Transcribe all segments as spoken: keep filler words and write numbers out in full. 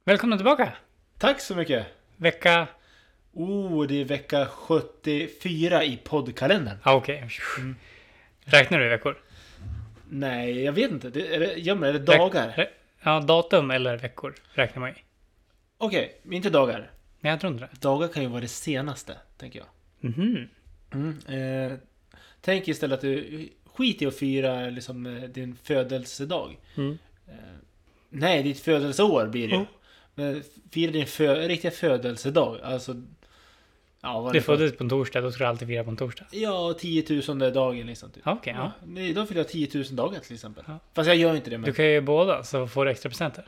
Välkomna tillbaka. Tack så mycket. Vecka... Oh, det är vecka sjuttiofyra i poddkalendern. Ah, okej. Okay. Mm. Räknar du i veckor? Nej, jag vet inte. Det, är, det, ja, men är det dagar? Räk... Ja, datum eller veckor räknar man i. Okej, okay, inte dagar. Nej, jag tror inte det. Dagar kan ju vara det senaste, tänker jag. Mhm. Mm, eh, tänk istället att du skit i att fira liksom, din födelsedag. Mm. Eh, nej, ditt födelseår blir det ju. Mm. Men fira din fö- riktiga födelsedag. Alltså, ja, vad det det föddes på en torsdag, då ska du alltid fira på en torsdag. Ja, tiotusende dagen liksom. Typ. Okej, okay, ja. ja. Idag fyller jag tiotusen dagar till exempel. Ja. Fast jag gör inte det. Men... Du kan ju båda, så får du extra presenter.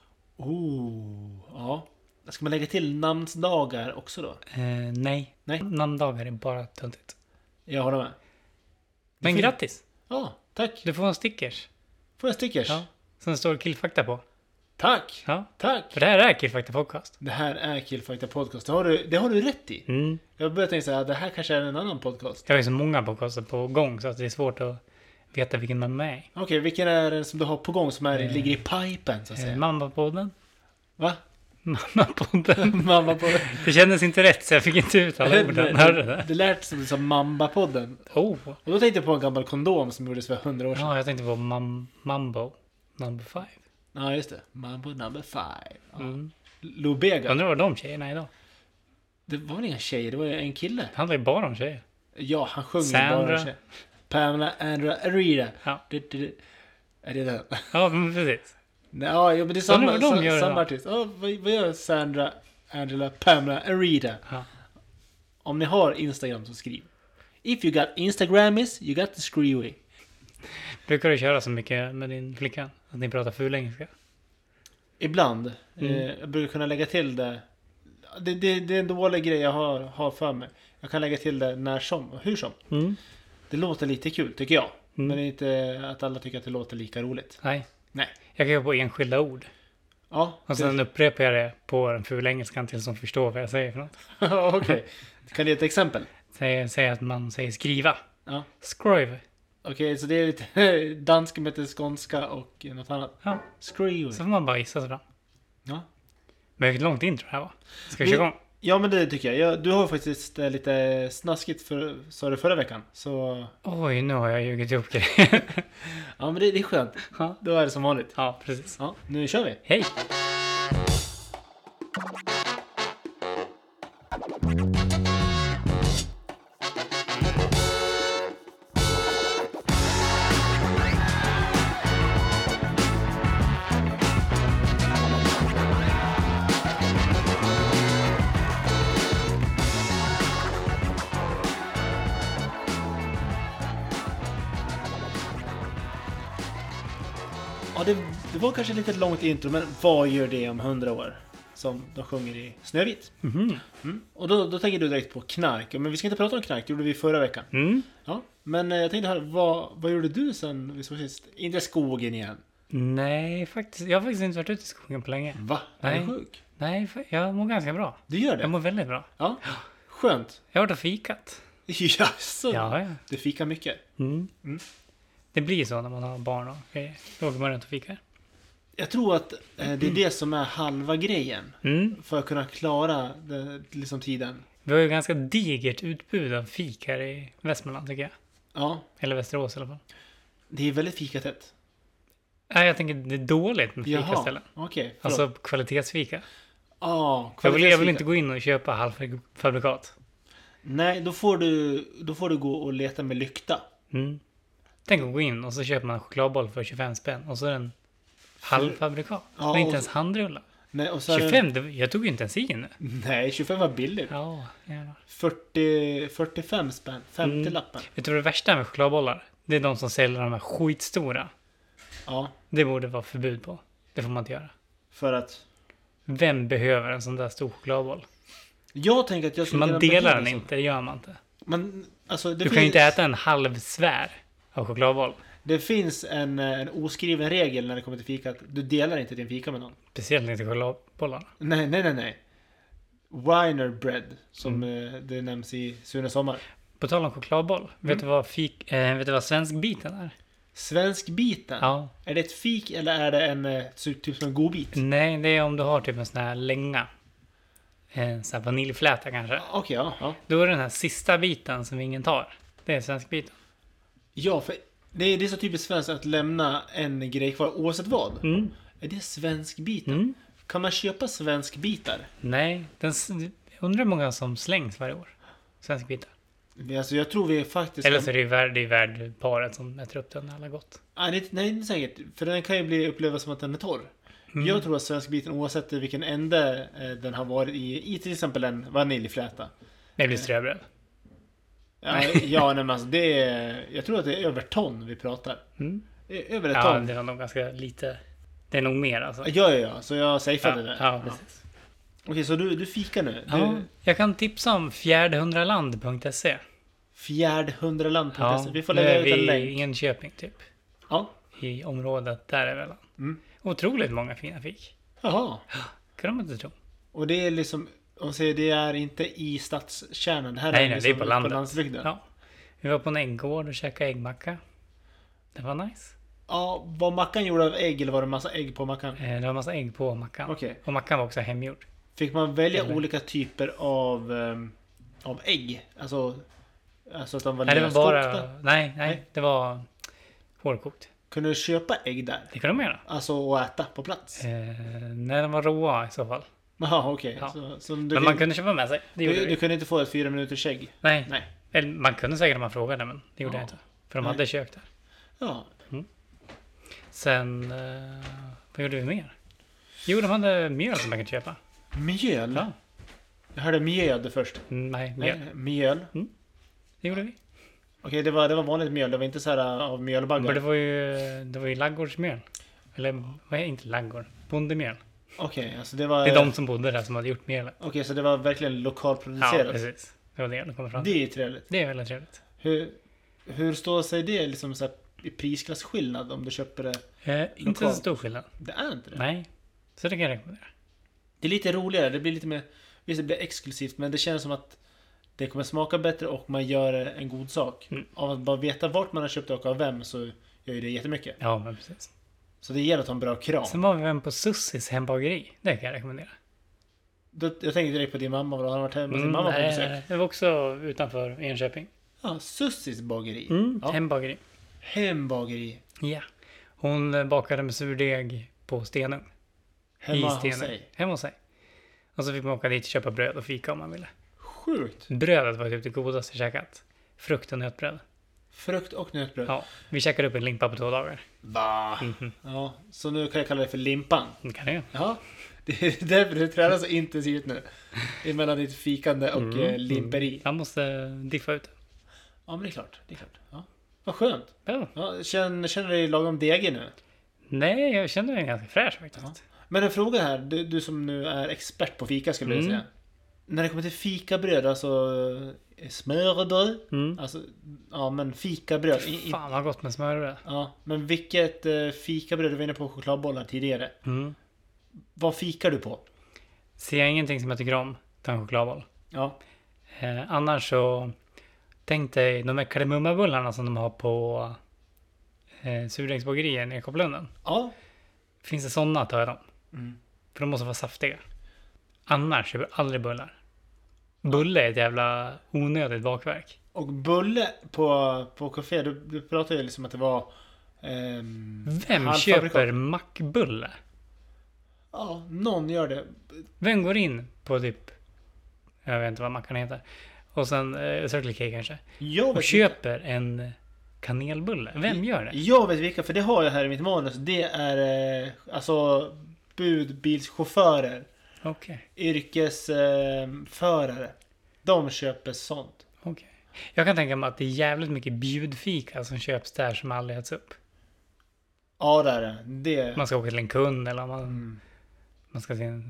Oh, ja. Ska man lägga till namnsdagar också då? Eh, nej. Nej. Namndagar är bara töntigt. Jag håller med. Men får... grattis! Ja, tack. Du får en stickers. Får jag stickers? Ja. Som det står Killfakta på. Tack! Ja. Tack! För det här är Killfakta podcast. Det här är Killfakta podcast. Det har du, det har du rätt i. Mm. Jag började tänka så här, det här kanske är en annan podcast. Jag har ju så många podcaster på gång så att det är svårt att veta vilken man är med i. Okej, okay, vilken är den som du har på gång som är, Eh, ligger i pipen så att säga? Eh, Mamma-podden. Va? Mamma-podden. Mamma-podden. Det kändes inte rätt så jag fick inte ut alla orden. Hörde du det? Det lät som, som Mamba-podden. Oh. Och då tänkte jag på en gammal kondom som gjordes för hundra år sedan. Ja, jag tänkte på mam- Mambo number five. Ja, just det. Mambo number five. Ja. Mm. Lubega. Undrar vad de tjejerna är idag. Det var väl inga tjejer, det var en kille. Det handlar ju bara om tjejer. Ja, han sjunger Sandra. bara tjejer. Pamela Andra Arita. Ja. Det, det, det. Är det den? Ja, men precis. Nej, ja, men det är samma, Undrar vad de sa, gör samma idag. artist. Ja, vad, vad gör Sandra Angela Pamela Arita? Ja. Om ni har Instagram så skriv. If you got Instagrammis, you got the screwy. Brukar du köra så mycket med din flicka? Att ni pratar fulengelska? Ibland. Mm. Eh, jag brukar kunna lägga till det. Det, det. det är en dålig grej jag har, har för mig. Jag kan lägga till det när som och hur som. Mm. Det låter lite kul, tycker jag. Mm. Men det är inte att alla tycker att det låter lika roligt. Nej. Nej. Jag kan gå på enskilda ord. Ja, Och sen upprepar jag det på den fulengelskan till som förstår vad jag säger för något. okej. Okay. Kan du ge ett exempel? Säg, säg att man säger skriva. Ja. Skrive. Okej, okay, så det är lite danska med lite skånska och något annat. Ja. Screwy. Så får man bara gissa sig fram. Ja. Men vilket långt intro det här var. Ska vi Vi- köra igång? Ja, men det tycker jag. jag. Du har ju faktiskt eh, lite snaskigt för, sa du förra veckan. Så Oj, nu har jag ljugit ihop grejer. ja, men det, det är skönt. Ja. Då är det som vanligt. Ja, precis. Ja, nu kör vi. Hej! Ja, det, det var kanske lite ett långt intro, men vad gör det om hundra år? Som de sjunger i Snövit. Mhm. Mm. Och då, då tänker du direkt på knark. Men vi ska inte prata om knark, det gjorde vi förra veckan. Mm. Ja, men eh, jag tänkte här, vad, vad gjorde du sen vi såg sist? Inte skogen igen. Nej, faktiskt. Jag har faktiskt inte varit ute i skogen på länge. Va? Är Nej. du sjuk? Nej, fa- jag mår ganska bra. Du gör Jag det? mår väldigt bra. Ja, skönt. Jag har varit och fikat. Jaså? Ja, ja. Du fikar mycket. Mm. Mm. Det blir så när man har barn och grejer. Då åker man runt och fikar. Jag tror att eh, det är det som är halva grejen. Mm. För att kunna klara det, liksom tiden. Vi har ju ganska digert utbud av fik här i Västmanland tycker jag. Ja, Eller Västerås i alla fall. det är väldigt fikatätt. Nej, jag tänker det är dåligt med Jaha, fikaställen. okej. förlåt. Alltså kvalitetsfika. Ja, Jag vill, jag vill kvalitetsfika. inte gå in och köpa halvfabrikat. Nej, då får, du, då får du gå och leta med lykta. Mm. Tänk att gå in och så köper man en chokladboll för tjugofem spänn. Och så är den halvfabrikat. Ja, och inte och- ens handrullar. Nej, och så är det- tjugofem, det, jag tog ju inte ens i nu. Nej, tjugofem var billigt. Ja, jävlar. fyrtio, fyrtiofem spänn. femtio Mm. lappen. Vet du vad det värsta med chokladbollar? Det är de som säljer de här skitstora. Ja, Det borde vara förbud på. Det får man inte göra. för att... Vem behöver en sån där stor chokladboll? Jag tänker att jag skulle Man kunna delar behöva den så. inte, det gör man inte. Men, alltså, det Du finns, kan ju inte äta en halv svär av chokladboll. Det finns en, eh, en oskriven regel när det kommer till fika. Att du delar inte din fika med någon. Speciellt inte chokladbollarna. Nej, nej, nej, nej. Wiener bread, som Mm. eh, det nämns i Sune Sommar. På tal om chokladboll. Mm. Vet du vad fik, eh, vet du vad svensk biten är? Svenskbiten? Ja. Är det ett fik eller är det en eh, typ som en godbit? Nej, det är om du har typ en sån här länga. En sån här vaniljfläta kanske. Okej, ja, ja. Då är det den här sista biten som ingen tar. Det är svenskbiten. Ja, för det är, det är så typiskt svenskt att lämna en grej kvar oavsett vad. Mm. Är det svenskbiten? Mm. Kan man köpa svenskbitar? Nej, den, s- jag undrar hur många som slängs varje år. Svenskbitar. Alltså jag tror vi faktiskt... Eller så är det ju värd, det är värdparet som äter upp den när alla gått. Nej, det, nej, inte säkert. För den kan ju bli upplevas som att den är torr. Mm. Jag tror att svenskbiten, oavsett vilken ände eh, den har varit i, i till exempel en vaniljfläta. Det blir ströbröd. Ja, ja nej, men alltså det är, jag tror att det är över ton vi pratar. Mm. Över ett Ja, ton. det var nog ganska lite. Det är nog mer alltså. Ja, ja, ja. Så jag safeade Ja, det. ja, precis. Okej, så du, du fikar nu? Du, Ja, jag kan tipsa om fjärdehundraland punkt se. Fjärdhundraland punkt se. Ja, Vi får nu lägga är ut en vi länk. i Enköping typ. Ja. I området däremellan. Mm. Otroligt många fina fik. Jaha. Kan de inte tro. Och det är liksom, om man säger, det är inte i stadskärnan. Det här Nej, är nej, liksom det är på landet. landsbygden. Ja. Ja. Vi var på en ägggård och käkade äggmacka. Det var nice. ja, var mackan gjord av ägg eller var det massa ägg på mackan? Eh, Det var en massa ägg på mackan. Okej. Och mackan var också hemgjord. Fick man välja Eller- olika typer av, ehm, av ägg? Alltså, alltså att de var Nej, det var löskokta? bara... Nej, nej, Nej. det var hårdkokt. Kunde du köpa ägg där? Det kan de göra. Alltså att äta på plats? Eh, nej, de var råa i så fall. Jaha, okej. Ja. Så, så du, Men kan- man kunde köpa med sig. Det gjorde du, vi. du kunde inte få ett fyra minuters ägg? Nej. Nej. Eller man kunde säkert om man frågade, men det gjorde Ja. jag inte. För de Nej. hade kök där. Ja. Sen... Eh, vad gjorde vi mer? Jo, de hade mjöl som man kunde köpa. Mjöl? Ja. Jag hörde mjöd först. Mm, Nej, mjöl. Nej, mjöl. Det gjorde vi. Okej, det var, det var vanligt mjöl. Det var inte så här av Men mjölbaggar. det var ju, det var ju laggårdsmjöl. Eller vad är inte laggård? Bondemjöl. Okej, alltså det var... Det är de som bodde där som hade gjort mjölet. Okej, så det var verkligen Ja, lokalproducerat. precis. Det var det det kom fram. Det är ju trevligt. Det är väldigt trevligt. Hur, hur står sig det liksom så här, i prisklassskillnad om du köper det? Eh, inte så Lokalt. stor skillnad. Det är inte det. Nej. Så det kan jag rekommendera. Det är lite roligare. Det blir lite mer... Visst, det blir exklusivt, men det känns som att det kommer smaka bättre och man gör en god sak. Mm. Av att bara veta vart man har köpt och av vem så gör ju det jättemycket. Ja, men precis. Så det gäller att ha en bra kram. Sen var vi även på Sussis hembageri. Det kan jag rekommendera. Då, jag tänkte direkt på din mamma. Vad har han varit hemma med sin Mm, mamma på nej, besök? nej, det var också utanför Enköping. Ja, Sussis bageri. Mm, Ja. Hembageri. Hembageri. Ja. Hon eh, bakade med surdeg på Stenung. Hemma I hos Stenung. sig. Hemma hos sig. Och så fick man åka dit och köpa bröd och fika om man ville. Sjukt. Brödet var typ det godaste jag käkat. Frukt och nötbröd. Frukt och nötbröd. Ja, vi käkade upp en limpa på två dagar. Va? Mhm. Ja, så nu kan jag kalla det för limpan. Det kan jag göra. Ja, det är därför du tränar så intensivt nu. Emellan ditt fikande och Mm, mm. limperi. Jag måste diffa ut det. Ja, men det är klart. Det är klart. Ja. Vad skönt. Ja. Ja, känner, känner du dig lagom degig nu? Nej, jag känner mig ganska fräsch faktiskt. Ja. Men en fråga här. Du, du som nu är expert på fika skulle jag Mm. säga. När det kommer till fikabröd, alltså smörbröd. Mm. Alltså, ja men fikabröd. I, i, Fan vad gott med smörbröd. ja, men vilket eh, fikabröd, du var inne på chokladbollar tidigare. Mm. Vad fikar du på? Ser jag ingenting som jag tycker om, ta en chokladboll. Ja. Eh, annars så tänk dig de här kardemummabullarna som de har på eh, surdegsbageriet i Kopplunda. Ja. Finns det sådana tar jag dem. Mm. För de måste vara saftiga. Annars köper jag aldrig bullar. Bulle är ett jävla onödigt bakverk. Och bulle på, på café, du, du pratade ju liksom att det var... ehm, Vem halvfabrikat. köper mackbulle? Ja, någon gör det. Vem går in på typ, jag vet inte vad mackan heter, och sen eh, Circle K kanske, Jag och vet, köper en kanelbulle? Vem gör det? jag vet vilka, för det har jag här i mitt manus. Det är eh, alltså budbilschaufförer, Okej, yrkesförare. De köper sånt. okej. Jag kan tänka mig att det är jävligt mycket bjudfika som köps där som aldrig äts upp. Ja, det är det. det. Man ska åka till en kund eller om man, Mm. man ska till en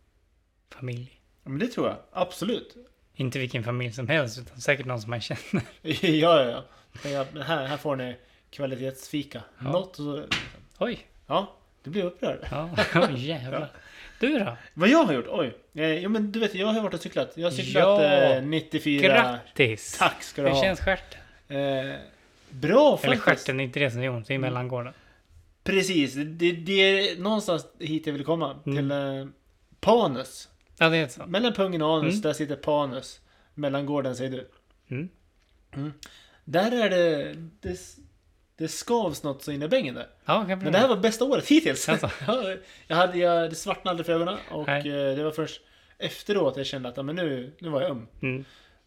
familj. Ja, men det tror jag. Absolut. Inte vilken familj som helst, utan säkert någon som man känner. ja, ja, ja. Men jag- men här, här får ni kvalitetsfika. Ja. Något så... Oj, Ja, du blir upprörd. ja, oj jävlar. Du då? Vad jag har gjort? Oj. Eh, jo, men du vet, jag har varit och cyklat. Jag har cyklat Ja. eh, nittiofyra. Grattis! Tack ska du Hur ha. känns stjärten? Eh, Bra Eller faktiskt. stjärten är inte det som är ont, det är mellangården. Precis, det, det är någonstans hit jag vill komma. Mm. Till eh, Panus. Ja, det är så. Mellan pungen och anus, Mm. där sitter Panus. Mellangården säger du. Mm. Mm. Där är det, det... Det skavs något så in i bängen där. Ja, kan Men det här var bästa året hittills. Alltså. Ja, jag hade, jag, det svartnade aldrig för ögonen. Och Nej. eh, det var först efteråt jag kände att ja, men nu, nu var jag öm. Mm.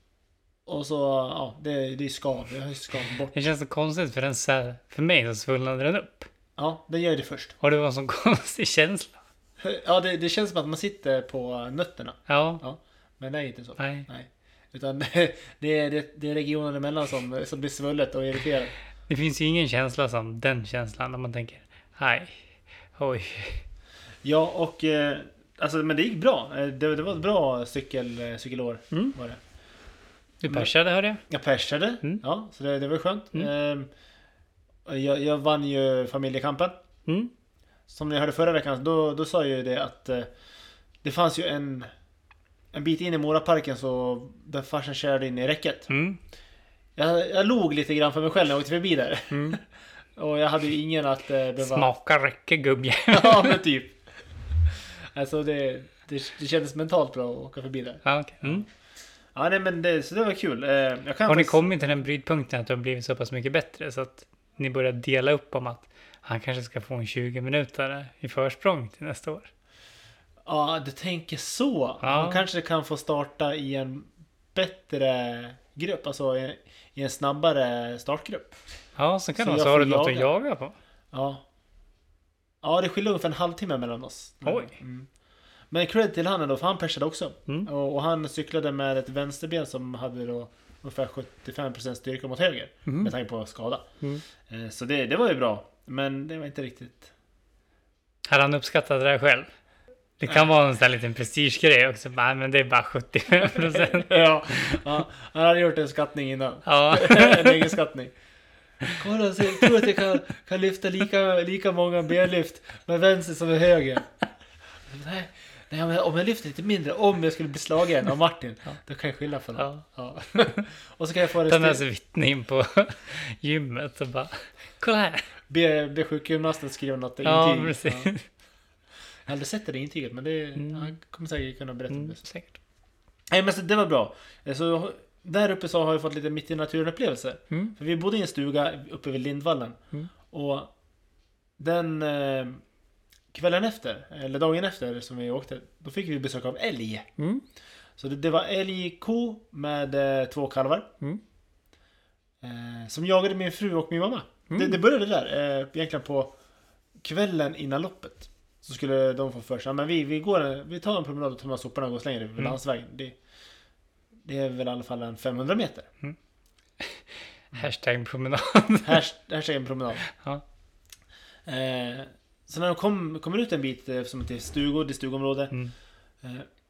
Och så, ja, det, det är skav. Jag har ju skav bort. Det känns så konstigt för den så här, för mig så svullnade den upp. Ja, den gör det först. Och det var en sån konstig känsla. Ja, det, det känns som att man sitter på nötterna. Ja, Ja, men det är inte så. nej. Nej. Utan det är, det, det är regionen emellan som, som blir svullet och irriterat. Det finns ju ingen känsla som den känslan när man tänker, nej, oj. Ja, och eh, alltså, men det gick bra. Eh, Det, det var ett bra cykel, eh, cykelår. Mm. Var det. Du persade, hörde jag. Jag persade, Mm. ja, så det, det var skönt. Mm. Ehm, jag, jag vann ju familjekampen. Mm. Som ni hörde förra veckan, då, då sa jag ju det att eh, det fanns ju en, en bit in i Moraparken så där farsan körde in i räcket. Mm. Jag, jag log lite grann för mig själv när jag åkte förbi där. Mm. Och jag hade ju ingen att eh, behöva... Smaka räcke gubbjävel. Ja, men typ. Alltså det, det, det kändes mentalt bra att åka förbi där. Ja, okej. Mm. Ja, nej, men det, så det var kul. Eh, jag kan Har ni faktiskt- kommit till den brytpunkten att du har blivit så pass mycket bättre så att ni börjar dela upp om att han kanske ska få en tjugo minuter i försprång till nästa år? Ja, du tänker så. Ja. Man kanske kan få starta i en bättre grupp, alltså i, i en snabbare startgrupp. Ja, så kan Så det vara. jag Så har får du något att jaga. jaga på. Ja. Ja, det skiljer ungefär en halvtimme mellan oss. Men, Oj. Mm. Men cred till han då, för han persade också. Mm. Och, och han cyklade med ett vänsterben som hade då ungefär sjuttiofem procent styrka mot höger. Mm. Med tanke på skada. Mm. Eh, Så det, det var ju bra. Men det var inte riktigt... Hade han uppskattat det där själv? Det kan vara en sån här liten prestigegrej också. Nej, men det är bara sjuttiofem procent. ja, ja, han hade gjort en skattning innan. Ja. En egen skattning. Kolla, så jag tror att jag kan, kan lyfta lika, lika många benlyft med vänster som med höger. Nej, nej, om jag, om jag lyfter lite mindre, om jag skulle bli slagen av Martin, då kan jag skylla för det. Ja. Ja. Och så kan jag få Ta med det sig vittne in på gymmet och bara, kolla här. be, be sjukgymnasten skriva något Ja, intyg. precis. Ja. Jag hade sett det intyget, men det, Mm. han kommer säkert kunna berätta om Mm, det. säkert. Nej, men så, det var bra. Så, där uppe så har jag fått lite mitt i naturen upplevelser. Mm. För vi bodde i en stuga uppe vid Lindvallen. Mm. Och den eh, kvällen efter, eller dagen efter som vi åkte, då fick vi besök av älg. Mm. Så det, det var älgko med eh, två kalvar. Mm. Eh, som jagade min fru och min mamma. Mm. Det, det började där, eh, egentligen på kvällen innan loppet. Så skulle de få för sig, ja, men vi, vi, går, vi tar en promenad och tar med soporna och går och slänger det vid Mm. landsvägen. Det, det är väl i alla fall en femhundra meter. Hashtag promenad. Här, här säger en promenad. Ja. Eh, så när de kom, kommer ut en bit eh, som till stugor, det stugområde, Mm. eh,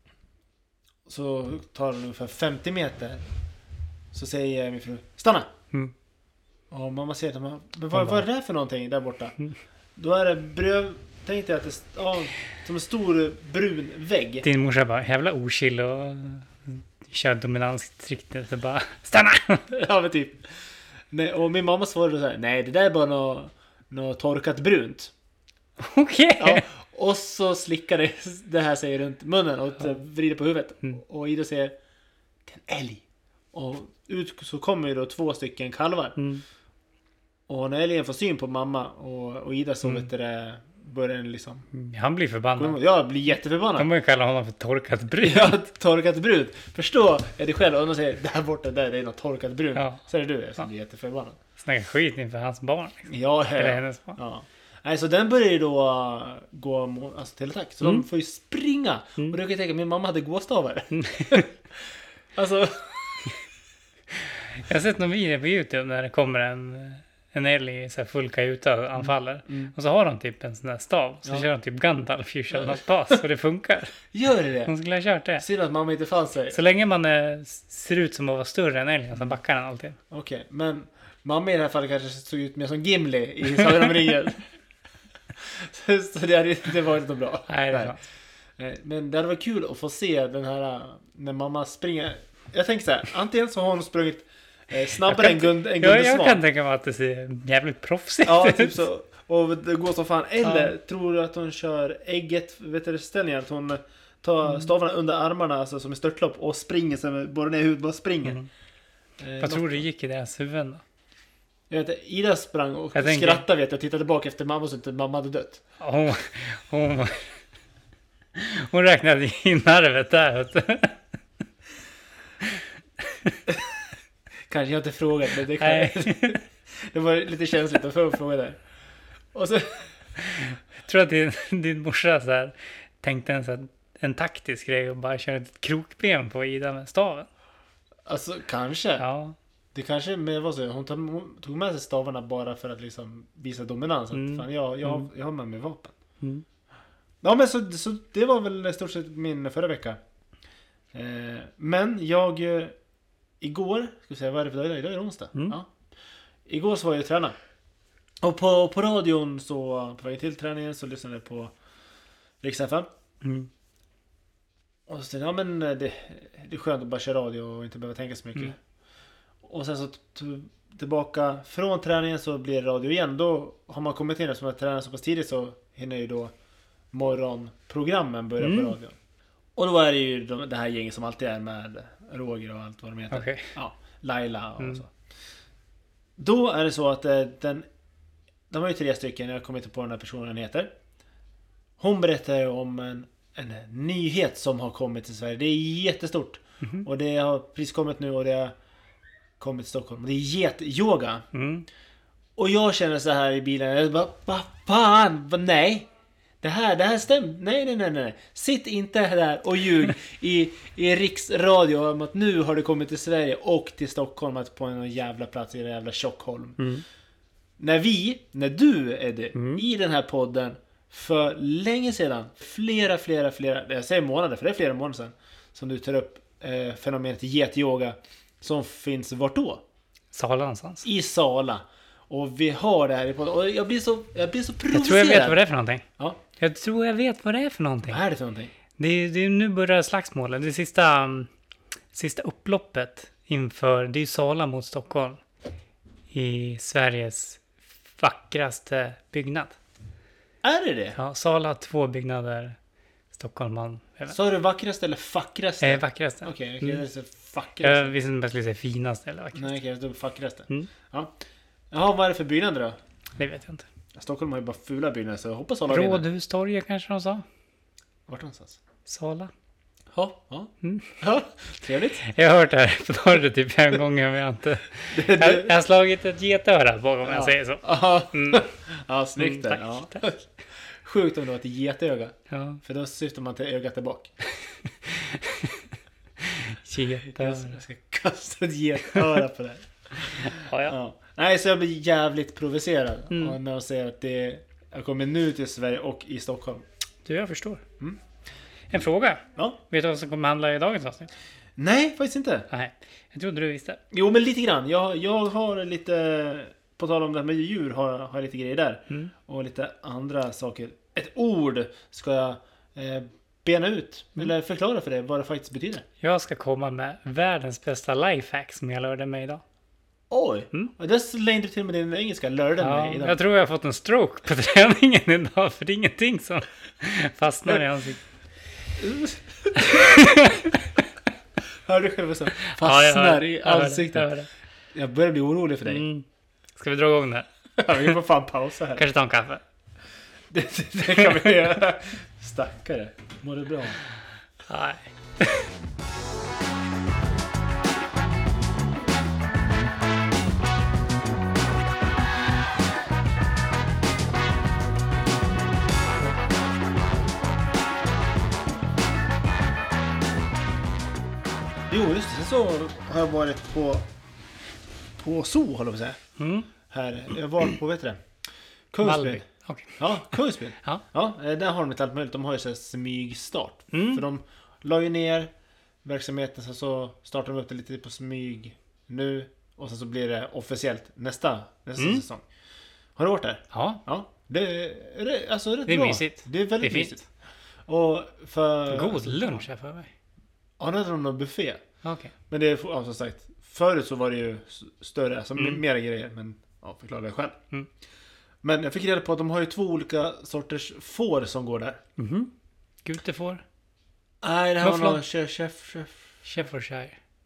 så tar det ungefär femtio meter. Så säger min fru, stanna! Mm. Och mamma säger till mig, men vad, vad är det där för någonting där borta? Då är det bröd, tänkte jag att det ja, som en stor brun vägg. Din morsa bara, jävla ochill och kör dominanstrycket så bara, stanna! Ja, men typ. Nej, och min mamma svarade så här, nej det där är bara något, något torkat brunt. Okej! Ja, och så slickar det, det här säger runt munnen och Ja. vrider på huvudet. Mm. Och Ida säger, det är en älg. Och ut så kommer ju då två stycken kalvar. Mm. Och när älgen får syn på mamma och, och Ida så Mm. vet du det, börjar den liksom... Han blir förbannad. Jag blir Kan jätteförbannad. man ju kalla honom för torkat brud. Jag har torkat brunt. Förstå är det själv. Och de säger, där borta, där det är något torkat brunt. Ja. Så är det du, jag Ja. blir jätteförbannad. Snacka skit inför hans barn. Liksom. Ja, Eller ja. hennes barn. Ja. Nej, så den börjar ju då uh, gå mo- alltså, till attack. Så Mm. de får ju springa. Mm. Och då kan jag tänka, min mamma hade gåstavar. Mm. Alltså, Jag har sett någon video på YouTube när det kommer en, en älg i så här full kajuta och anfaller. mm. Och så har de typ en sån där stav. Så Ja. kör de typ Gandalf ju kör något bas och det funkar. gör det det? De skulle ha kört det. Synd att mamma inte fann sig. Så länge man eh, ser ut som att vara större än älgen så backar den alltid. Okej, men mamma i det här fallet kanske såg ut mer som Gimli i Sagan om ringen. så så det hade inte varit så bra. Nej, det är Nej. sant. Eh, Men det hade varit kul att få se den här uh, när mamma springer. Jag tänker så här, antingen så har hon sprungit Eh, snabbare än Gunde, än Gunde jag, jag Svan. kan tänka mig att det ser jävligt proffsigt Ja, ut. typ så. Och det går som fan. Eller Ja. tror du att hon kör ägget, vet du ställningen? Att hon tar stavarna under armarna, alltså som i störtlopp, och springer sen, bara ner i huvudet, bara springer. Mm. Eh, Vad tror något- du gick i deras huvuden då? Jag vet inte, Ida sprang och Jag tänker- skrattade, vet jag, tittade tillbaka efter mamma så inte mamma hade dött. Hon, hon, hon räknade in arvet där. Vet du. Kanske jag inte frågat, men det, kan... Nej. det var lite känsligt att få fråga där. Och så... Jag tror att din, din morsa så här, tänkte en, så här, en taktisk grej och bara körde ett krokben på Ida med staven. Alltså, kanske. Ja. Det kanske med, vad så, hon tog, hon tog med sig stavarna bara för att liksom visa dominans. Att, Mm. fan, jag, jag, Mm. jag har med mig vapen. Mm. Ja, men så, så det var väl i stort sett min förra vecka. Eh, men jag... Eh, igår, ska vi säga, vad är det för dag idag? Idag är det onsdag. Mm. Ja. Igår så var jag och tränade. Och på, på radion så, på väg till träningen så lyssnade jag på Rix F M. Mm. Och så tänkte jag, ja men det, det är skönt att bara köra radio och inte behöva tänka så mycket. Mm. Och sen så t- tillbaka från träningen så blir det radio igen. Då har man kommit in, eftersom jag tränar så pass tidigt så hinner ju då morgonprogrammen börja Mm. på radion. Och då är det ju de, det här gänget som alltid är med Roger och allt vad de heter. Okej. Ja, Laila och Mm. så. Då är det så att eh, den, de har ju tre stycken, jag kommer inte på den här personen heter. Hon berättar om en, en nyhet som har kommit till Sverige. Det är jättestort. Mhm. Och det har precis kommit nu och det har kommit till Stockholm. Det är getyoga. Mm. Och jag känner så här i bilen. Jag bara, vad fan? Va, nej. Det här, det här stämmer. Nej, nej, nej, nej. Sitt inte där och ljug i, i riksradio om att nu har det kommit till Sverige och till Stockholm, att på en jävla plats i den jävla Tjockholm. Mm. När vi, när du är det, Mm. i den här podden för länge sedan, flera, flera, flera, jag säger månader, för det är flera månader sedan, som du tar upp eh, fenomenet getyoga som finns vart då? Sala någonstans. I Sala. Och vi har det här i podden. Och jag blir så, jag blir så provocerad. Jag tror jag vet vad det är för någonting. Ja, Jag tror jag vet vad det är för någonting. vad är det för någonting? Det är, det är nu börjar slagsmålen. Det är sista, um, sista upploppet inför, det är ju Sala mot Stockholm. I Sveriges vackraste byggnad. Är det det? Ja, Sala har två byggnader. Stockholm har, jag vet. Sa du vackraste eller fackraste? Eh, vackraste. Okej, okej, Mm. det är så Jag fackraste. visste inte om jag skulle säga finaste eller vackraste. Nej, okej, jag stod fackraste. Mm. Ja. Jaha, vad är det för byggnader då? Det vet jag inte. Stockholm har ju bara fula byggnader, så jag hoppas alla vinner. Rådhustorget kanske de sa. Vart någonstans? Sala. Ja, ja. Mm. Ja, trevligt. Jag har hört det här på torget typ fem gånger men jag har inte... Det, Jag, det, jag har slagit ett getöra på om jag Ja. säger så. Aha. Mm. Ja, snyggt Mm, där. tack, Ja. Sjukt om det var ett getöga. Ja. För då syftar man till ögat där bak. Getöra. Jag ska kasta ett getöra på det. Ja, ja. Ja. Nej, så jag blir jävligt provocerad Mm. och när jag säger att det jag kommer nu till Sverige och i Stockholm. Du, jag förstår. Mm. En fråga. Ja. Vet du vad som kommer handla i dagens avsnitt? Nej, faktiskt inte. Nej, jag trodde du visste. Jo, men lite grann. Jag, jag har lite, på tal om det här med djur, har, har jag lite grejer där. Mm. Och lite andra saker. Ett ord ska jag eh, bena ut, Mm. eller förklara för dig vad det faktiskt betyder. Jag ska komma med världens bästa lifehack som jag lärde mig idag. Oj! Mm. Och där slängde du till med din engelska, lärde Ja, mig idag. jag tror jag har fått en stroke på träningen idag för det är ingenting som fastnar i ansiktet. Hör du själv så? Ja, Fastnar jag hör- i jag hör det, ansiktet. jag hör det. Jag börjar bli orolig för dig. Mm. Ska vi dra igång det här? Ja, vi får fan pausa här. Kanske ta en kaffe? Det, det, det kan vi göra. Stackare. Mår du bra? Nej. Jo, just det. Sen så har jag varit på på zoo, håller jag på att säga. Mm. Här. Jag var på, vet du det? Valby. Kungsbyn. Okej. Ja, Kungsbyn. Ja. Ja, eh, där har de lite allt möjligt. De har ju så här smygstart. Mm. För de la ju ner verksamheten, sen så startar de upp det lite på smyg nu. Och sen så blir det officiellt nästa, nästa Mm. säsong. Har du varit där? Ja. Ja. Det är re- alltså rätt Det är bra. mysigt. Det är väldigt Det är fint. mysigt. Och för... God lunch här för mig. Ja, nu hade de någon buffé. Okej. Men det är ja, som sagt, förut så var det ju s- större, alltså Mm. mera grejer, men ja, förklara det själv. Mm. Men jag fick reda på att de har ju två olika sorters får som går där. Mhm. Gutefår. Nej, det här var Mufflon. någon chef, chef, chef. Sheffershire.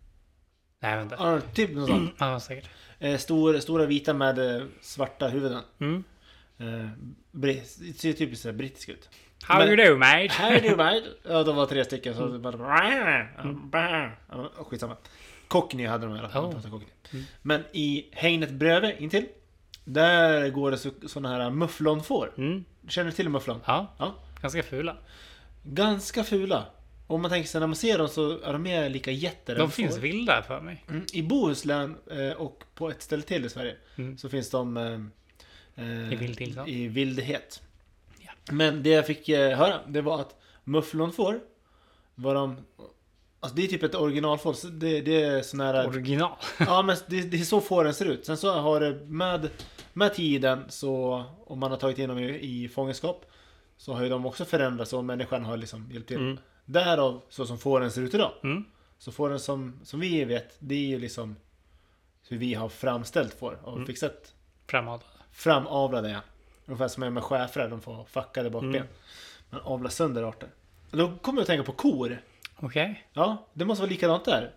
Nej, vänta. Ja, typ något sånt. Ja, säkert. Eh, stor, stora vita med eh, svarta huvuden. Mm. Eh, bri- det ser typiskt så här brittiskt ut. How Men- you do, mate? Här är du mate. Ja, de var tre stycken. Så mm. bara... Ja, skitsamma. Cockney hade de i alla fall. Oh. De Cockney. Mm. Men i hängnet bredvid, intill, där går det så, såna här mufflonfår. Mm. Känner du till mufflon? Ja, Ja. ganska fula. Ganska fula. Om man tänker sig när man ser dem så är de mer lika jätter De än finns får. vilda för mig. Mm. I Bohuslän eh, och på ett ställe till i Sverige Mm. så finns de eh, eh, I vild tillstånd. i vildhet. Ja. Men det jag fick eh, höra, det var att mufflonfår var de... Alltså det är typ ett originalfår. så Det, det är sån här... Original. Ja, men det, det är så fåren ser ut. Sen så har det med, med tiden så... Om man har tagit in dem i, i fångenskap så har ju de också förändrats och människan har liksom hjälpt till. Mm. Därav så som fåren ser ut idag. Mm. Så fåren som, som vi vet, det är ju liksom hur vi har framställt får och Mm. fixat Framåt. framavlade, ja. Ungefär som är med schäfrar, de får fackade bakben. Mm. Man avlar sönder arter. Och då kommer jag att tänka på kor. Okej. Ja, det måste vara likadant där.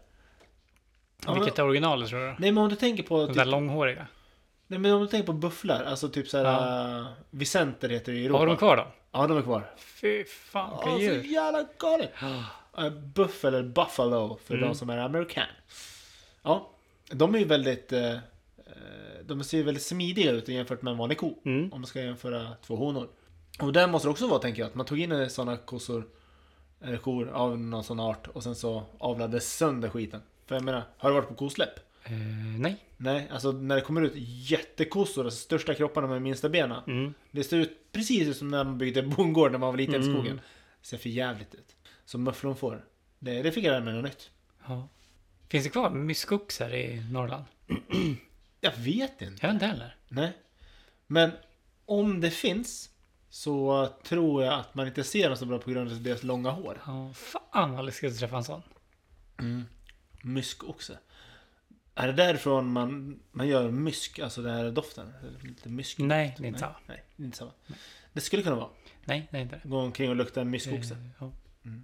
Ja, Vilket men, är originalet tror du? nej, men om du tänker på De typ, där långhåriga. nej, men om du tänker på bufflar, alltså typ såhär Ja. uh, Vicenter heter det i Europa. Har de kvar dem? Ja, de är kvar. Fy fan, Ja, vilka så djur. jävla galet. Uh, buff eller buffalo för Mm. de som är amerikan. Ja, de är ju väldigt uh, de ser ju väldigt smidiga ut jämfört med en vanlig ko. Mm. Om man ska jämföra två honor. Och där måste det också vara, tänker jag, att man tog in sådana kossor eller kor av någon sån art och sen så avlades sönder skiten. För jag menar, har du varit på kosläpp? Eh, nej. Nej, alltså när det kommer ut jättekossor, alltså största kropparna med minsta benen. Mm. Det ser ut precis som när man byggde bondgård när man var liten i Mm. skogen. Det ser för jävligt ut. Som mufflonfår. Det, det fick jag lära mig något nytt. Ja. Finns det kvar myskoxar i Norrland? Jag vet inte. Jag vet inte heller. Nej. Men om det finns så tror jag att man inte ser dem så bra på grund av deras långa hår. Ja, fan vad läskigt att träffa en sån. Mm. Myskoxe. Är det därifrån man, man gör mysk, alltså den här doften? Lite mysk. Nej, det är inte Nej, samma. nej, det är inte samma. Det skulle kunna vara. Nej, det är inte det. Gå omkring och lukta en myskoxe. Eh, ja. Mm.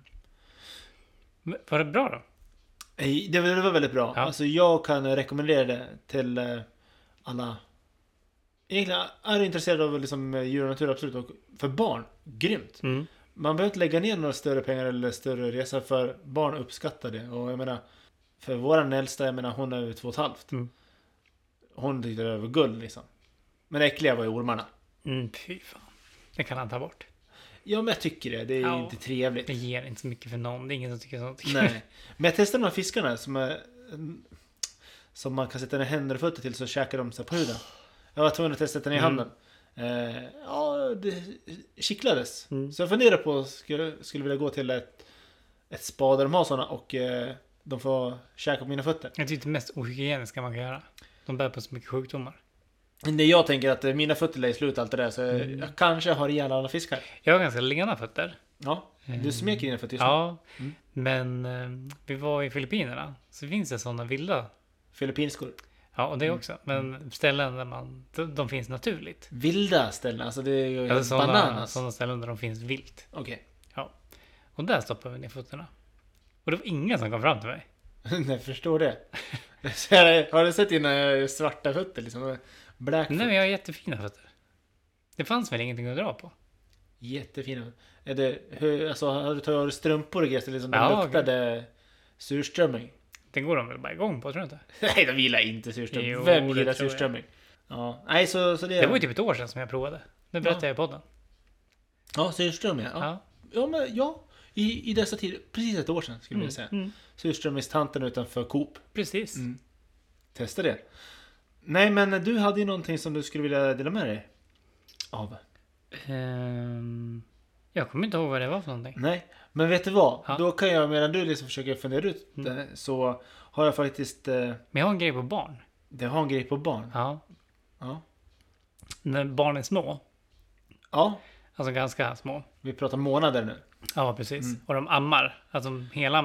Men var det bra då? Eh, Det var det var väldigt bra. Ja. Alltså jag kan rekommendera det till eh, alla. Egentligen är du intresserad av liksom eh, djur och natur, absolut. Och för barn, grymt. Mm. Man behöver inte lägga ner några större pengar eller större resa för barn uppskattar det. Och jag menar, för våran äldsta, jag menar hon är över två och ett halvt. Mm. Hon tyckte det var guld liksom. Men det äckliga var ju ormarna. Mm, fy fan. Det kan han ta bort. Ja, men jag tycker det. Det är Ja. inte trevligt. Det ger inte så mycket för någon. Det är ingen som tycker sånt. Nej. Men jag testade de här fiskarna som är som man kan sätta ner händer och fötter till så käkar de sig på huden. Jag var tvungen att testa den i Mm. handen. Eh, ja, det kittlades. Mm. Så jag funderar på att skulle, skulle vilja gå till ett, ett spa där de har sådana och eh, de får käka på mina fötter. Jag tycker det mest ohygieniska man kan göra. De bär på så mycket sjukdomar. Det jag tänker att eh, mina fötter lägger slut allt det där så jag, Mm. jag kanske har ihjäl alla fiskar. Jag har ganska lena fötter. Ja, du smeker dina fötter just nu. Ja, Mm. men eh, vi var i Filippinerna. Så finns det sådana vilda. Filippinskor. Ja, och det Mm. också. Men ställen där man, de, de finns naturligt. Vilda ställen, alltså det är ju Alltså sådana, bananas. sådana ställen där de finns vilt. Okej. Och där stoppar vi ner fötterna. Och det var ingen som kom fram till mig. Jag förstår det. Så här, har du sett dina svarta fötter liksom? Black Nej, men jag har jättefina fötter. Det fanns väl ingenting att dra på. Jättefina. Är det, hur, alltså, har du tagit av dig strumpor och grejer så liksom Ja, det luktade surströmming? Det går de väl bara igång på, tror du inte? Nej, de gillar inte surströmming. Jo, Vem det gillar tror jag. surströmming? Ja, nej så, så det... Det var ju typ ett år sedan som jag provade. Det berättade Ja. jag i podden. Ja, surströmming, ja. ja. Ja. Ja, men ja. I, I dessa tider, precis ett år sedan skulle jag Mm. vilja säga. Mm. Surströmmingstanten utanför Coop. Precis. Mm. Testa det. Nej, men du hade ju någonting som du skulle vilja dela med dig av. Ehm, jag kommer inte ihåg vad det var för någonting. Nej, men vet du vad? Ja. Då kan jag, medan du liksom försöker fundera ut Mm. det, så har jag faktiskt, eh, Men jag har en grej på barn. det har en grej på barn. Ja. Ja. När barn är små. Ja, Alltså ganska små. vi pratar månader nu. Ja, precis. Mm. Och de ammar. Alltså de helammar.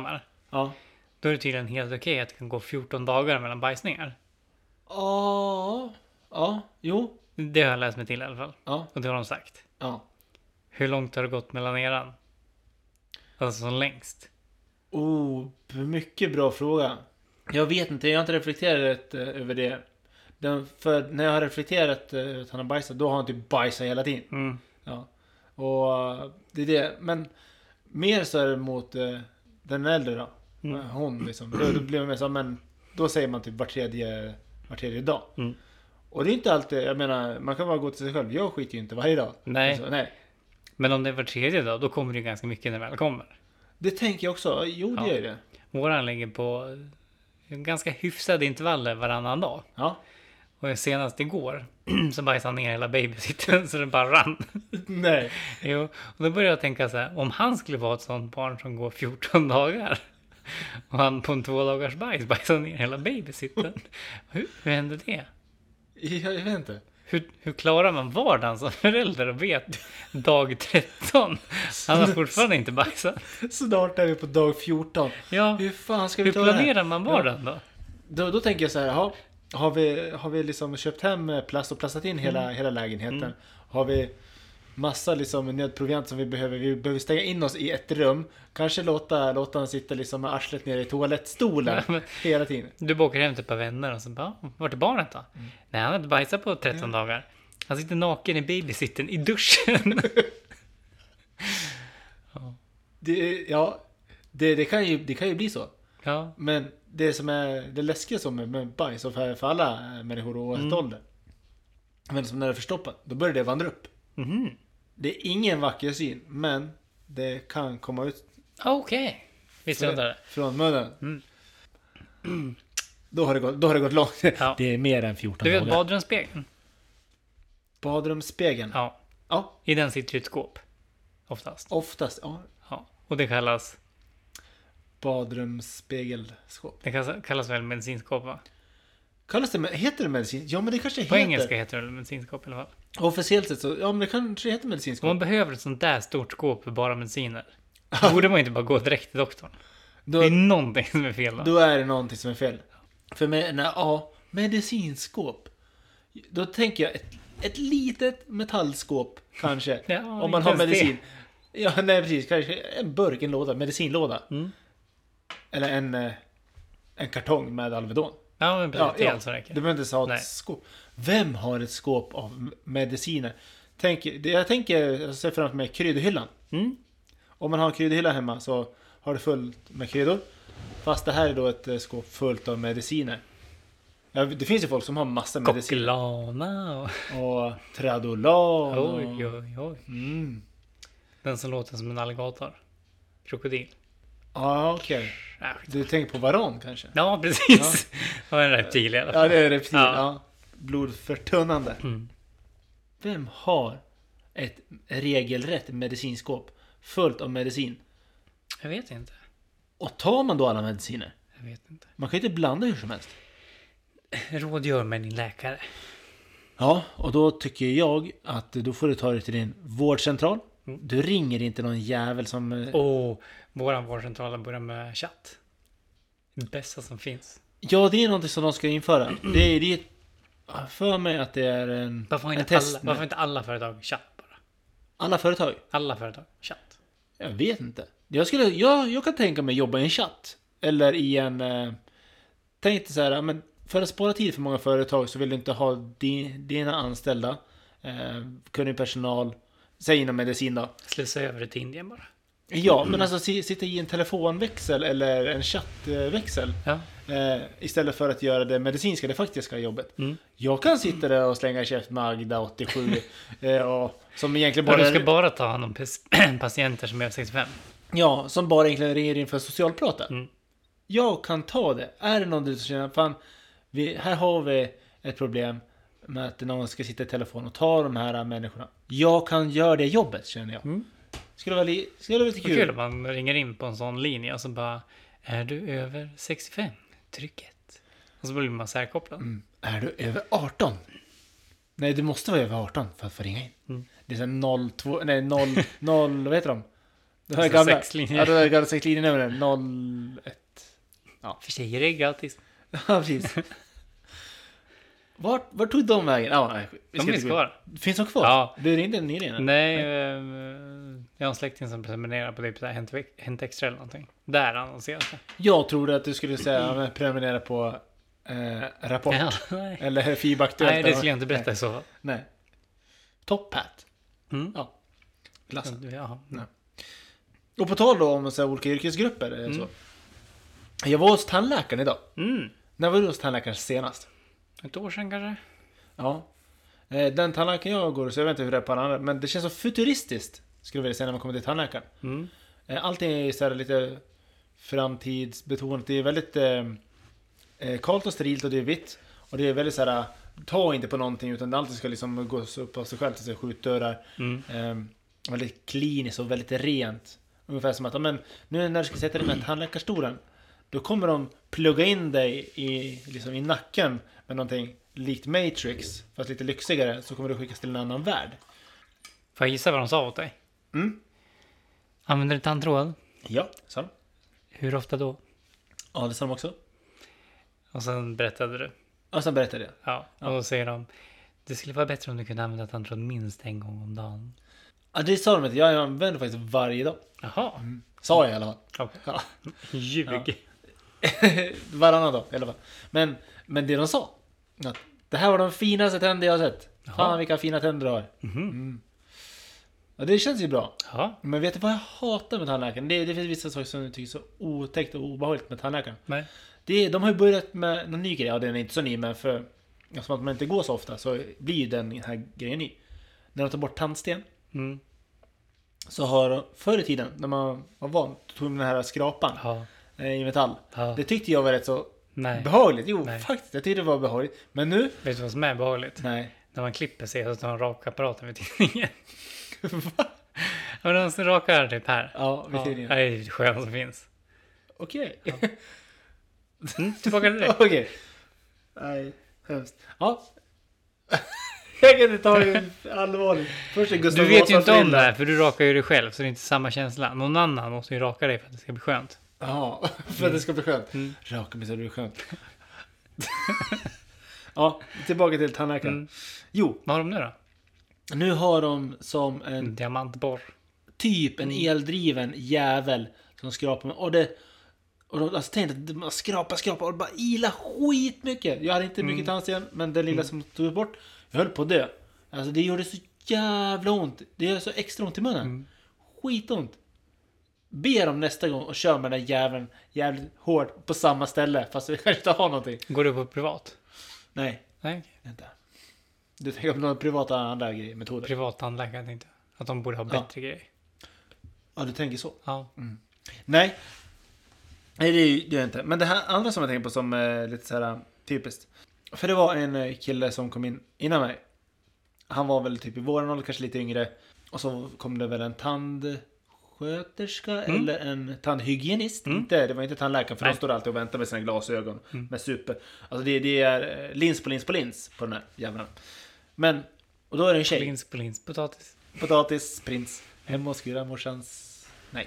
Ja. Då är det tydligen helt okej att det kan gå fjorton dagar mellan bajsningar. Ja. Ja. Jo. Det har jag läst mig till i alla fall. Ja. Och det har de sagt. Ja. Hur långt har det gått mellan eran? Alltså som längst. Oh, mycket bra fråga. Jag vet inte, jag har inte reflekterat eh, över det. Den, för när jag har reflekterat eh, att han har bajsat, då har han typ bajsat hela tiden. Mm. Ja. Och eh, det är det. Men mer så är det mot eh, den äldre då. Mm. Hon liksom. Då, då blir man mer så, men då säger man typ var tredje, var tredje dag. Mm. Och det är inte alltid, jag menar, man kan bara gå till sig själv. Jag skiter ju inte varje dag. Nej. Alltså, nej. Men om det var tredje dag, då kommer det ju ganska mycket när det väl kommer. Det tänker jag också. Jo, det Ja. är det. Våran ligger på ganska hyfsade intervaller varannan dag. Ja. Och senast igår så bajsade han ner hela babysitten så det bara rann. Nej. Jo, och då började jag tänka så här, om han skulle vara ett sånt barn som går fjorton dagar och han på en två dagars bajs bajsar ner hela babysitten. Hur, hur hände det? Jag, jag vet inte. Hur, hur klarar man vardagen som förälder och vet dag tretton? Han har fortfarande inte bajsat. Snart är vi på dag fjorton. Ja, Hur fan ska vi hur ta det här? planerar man vardagen då? Då, då tänker jag så här, ha, har vi, har vi liksom köpt hem plast och plastat in hela, Mm. hela lägenheten? Mm. Har vi massa liksom nödproviant som vi behöver? Vi behöver stänga in oss i ett rum. Kanske låta, låta han sitta liksom med arslet ner i toalettstolen Ja, men- hela tiden. Du bara åker hem till ett par vänner och så bara, vart är barnet då? Mm. Nej, han har inte bajsat på tretton dagar. Han sitter naken i babysitten i duschen. ja. Det, ja, det, det, kan ju, det kan ju bli så. ja. Men det som är det läskiga som med, med bajs och för, för alla människor oavsett Mm. ålder. Men som när det är förstoppat, då börjar det vandra upp. Mhm. Det är ingen vacker syn, men det kan komma ut Okej. Visste jag inte det. från munnen. Mm. Då har det gått, då har det gått långt. Ja. Det är mer än fjorton Du vet dagar. badrumsspegeln? Badrumsspegeln. Ja. Ja, I den sitter ju ett skåp. Oftast. oftast. Ja. Ja. Och det kallas, Badrumsspegelsskåp. det kallas, kallas väl medicinskåp va? Kallas det, med- heter det medicin? Ja, men det kanske På heter. engelska heter det väl medicinskåp i alla fall. Officiellt sett så, ja men det kanske heter Om medicinskåp. man behöver ett sånt där stort skåp för bara mediciner. Borde man inte bara gå direkt till doktorn? Då, Det är någonting som är fel då. då är det någonting som är fel. För mig, nej, ja, medicinskåp. Då tänker jag ett, ett litet metallskåp kanske. Ja, om man inte har ens medicin. Ja, nej precis. Kanske en burk, en låda, medicinlåda. Mm. Eller en, eh, en kartong med Alvedon. Ja, men precis. Ja, det är ja. allt som räcker. Du behöver inte ens ha ett Nej. skåp. Vem har ett skåp av m- mediciner? Tänk, det- jag tänker, jag ser framför mig kryddhyllan. Mm. Om man har en kryddhylla hemma så har det fullt med kryddor. Fast det här är då ett eh, skåp fullt av mediciner. Ja, det finns ju folk som har massa mediciner. Coquelana och... Och Tradolan. Oj, Och... oj, oj. Mm. Den som låter som en alligator. Krokodil. Ja, okej. Ja, skit. Du tänker på varan kanske? Ja, precis. Det var en reptil i alla fall. Ja, det är reptil. Ja. Ja. Blodförtunnande. Mm. Vem har ett regelrätt medicinskåp fullt av medicin? Jag vet inte. Och tar man då alla mediciner? Jag vet inte. Man kan ju inte blanda hur som helst. Rådgör med din läkare. Ja, och då tycker jag att då får du ta det till din vårdcentral. Mm. Du ringer inte någon jävel som... eh, Och våran vårdcentral börjar med chatt. Det bästa som finns. Ja, det är någonting som de ska införa. Det är, det är för mig att det är en, Varför har en inte, test. alla, varför har inte alla företag chatt bara? Alla företag? Alla företag chatt. Jag vet inte. Jag, skulle, jag, jag kan tänka mig jobba i en chatt. Eller i en... Eh, tänk dig så här, ja, men för att spara tid för många företag så vill du inte ha din, dina anställda, eh, kunnig personal, säg inom medicin då. Slussa över det till Indien bara. Ja, men alltså si- sitta i en telefonväxel eller en chattväxel. Ja. Eh, istället för att göra det medicinska, det faktiska jobbet. Mm. Jag kan sitta där och slänga käft med Agda åttiosju. eh, och, som egentligen Och bara... du ska bara ta hand om pes- patienter som är över sextiofem. Ja, som bara egentligen ringer in för socialprata. Mm. Jag kan ta det. Är det någon du känner, fan, vi, här har vi ett problem med att någon ska sitta i telefon och ta de här människorna. Jag kan göra det jobbet, känner jag. Mm. Skulle vara, li, skulle vara lite Vad kul kul. om man ringer in på en sån linje och så bara, är du över sextiofem? Tryck ett. Och så blir man särkopplad. Mm. Är du över arton? Nej, du måste vara över arton för att få ringa in. Mm. Det är så här noll två, nej noll noll, vad heter de? Det var Så gamla, sex linjer. ja, det var gamla sex linjenummer noll ett. För tjejer är gratis. Ja, precis. Vart, vart tog de vägen? Ja, nej, vi De ska finns inte gå- kvar. Finns de kvar? Ja. Du ringde nyligen? eller? Nej, eh, jag har en släkting som prenumererar på typ så här Hänt, Hänt Extra eller någonting. Där annonseras det. Jag trodde att du skulle säga ja, men prenumerera på eh, Rapport. Ja, nej. Eller FIB Aktuellt. nej, det skulle jag inte berätta i så fall. Nej. Top Hat. Mm. Ja. Klass. Jaha. Nej. Och på tal då om så här, olika yrkesgrupper. Mm. Så. Mm. Jag var hos tandläkaren idag. Mm. När var du hos tandläkaren senast? Ett år sedan kanske? Ja. Eh, Den tandläkaren jag går, så jag vet inte hur det är på den andra. Men det känns så futuristiskt, skulle jag vilja säga, när man kommer till tandläkaren. Mm. Eh, Allting är så här lite framtidsbetonat. Det är väldigt eh, eh, kallt och sterilt och det är vitt. Och det är väldigt så här, ta inte på någonting utan det alltid ska liksom gå upp av sig själv till sig skjutdörrar. Mm. Eh, väldigt kliniskt och väldigt rent. Ungefär som att, ja, men nu när du ska sätta dig med tandläkarstolen, då kommer de plugga in dig i, liksom, i nacken med någonting likt Matrix, fast lite lyxigare, så kommer du skickas till en annan värld. Får jag gissa vad de sa åt dig? Mm. Använder du tandtråd? Ja, sa de. Hur ofta då? Ja, det sa de också. Och sen berättade du. Och sen berättade jag. Ja, och då säger de det skulle vara bättre om du kunde använda tandtråd minst en gång om dagen. Ja, det sa de inte. Jag använder faktiskt varje dag. Jaha, Mm. Sa jag i alla fall. okej. Ja. Ljug. Ja. Varannan dag i alla fall. Men, men det de sa, att det här var de finaste tänder jag har sett. Jaha. Fan vilka fina tänder du har. Mhm. Mm. Ja, det känns ju bra. Ja, Men vet du vad jag hatar med tandläkaren? Det, det finns vissa saker som jag tycker är så otäckt och obehagligt med tandläkaren. nej. Det, de har ju börjat med någon ny grej. Ja, den är inte så ny, men för eftersom att man inte går så ofta så blir ju den här grejen ny. När de tar bort tandsten, Mm. så har förr i tiden, när man var van, tog de den här skrapan Ja, eh, i metall. ja. Det tyckte jag var rätt så Nej. behagligt. Jo, Nej. faktiskt. Jag tyckte det var behagligt. Men nu? Vet du vad som är behagligt? Nej. När man klipper sig så tar man rakapparaten vid tidningen. Ja, men de rakar typ här. Ja, vid Ja, tidningen. det är det skönaste som finns. Okej. Mm, tillbaka till dig. Okej. Nej, hemskt. Ja. Jag kan inte ta det allvarligt. Först är Gustav Du vet ju Vasas inte om villa. det här, för du rakar ju dig själv så det är inte samma känsla. Någon annan måste ju raka dig för att det ska bli skönt. Ja, för att det ska bli skönt. Mm. Raka mig så det blir skönt. Ja, tillbaka till tandläkaren. Mm. Jo, Vad har de nu då? nu har de som en En diamantborr. typ en Mm. eldriven jävel som skrapar med. Och det... Och de, alltså tänk att man skrapar, skrapar och bara ila skitmycket. Jag hade inte mycket Mm. tandsten, men det lilla som tog bort, jag höll på att dö. Alltså det gjorde så jävla ont. Det gör så extra ont i munnen. Mm. Skitont. Be dem nästa gång och kör med den där jäveln jävligt hårt på samma ställe, fast vi kanske inte har någonting. Går du på privat? Nej, Nej, okej. inte. Du tänker på några privata andra grejer, metoder? Privat tandläkare tänkte jag. Att de borde ha Ja. bättre grejer. Ja, du tänker så. Ja. Nej. Nej, det gör jag inte. Men det här andra som jag tänker på som är lite så här typiskt. För det var en eh, kille som kom in innan mig. Han var väl typ i våran ålder, kanske lite yngre. Och så kom det väl en tandsköterska Mm. eller en tandhygienist. Mm. Inte, det var inte tandläkaren, för Nej. de står alltid och väntar med sina glasögon. Mm. Med super. Alltså det, det är eh, lins på lins på lins på den här jävlarna. Men, och då är det en tjej. Lins på lins, potatis. Potatis, prins. Hemma hos morsans. Nej.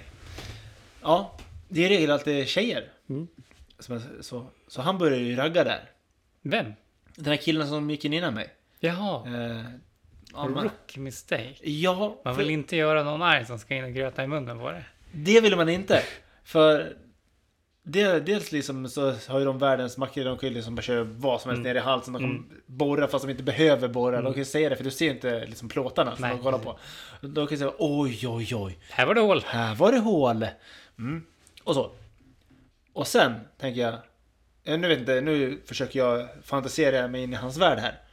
Ja, det är i regel alltid tjejer. Mm. Så, så, så han började ju ragga där. Vem? Den här killen som gick in innan mig. Jaha. Eh, ja, men- Rook mistake. ja, Man för, vill inte göra någon arg som ska in och gröta i munnen på det. det vill man inte. För det, dels liksom så har ju de världens mackor, de kan ju liksom bara köra vad som helst Mm. ner i halsen. De kan Mm. borra fast de inte behöver borra. Mm. De kan ju säga det, för du ser inte liksom plåtarna som Nej, de kollar på. De kan ju säga oj, oj, oj. Här var det hål. Här var det hål. Mm. Och så. Och sen tänker jag, eh, nu vet inte, nu försöker jag fantisera mig in i hans värld här.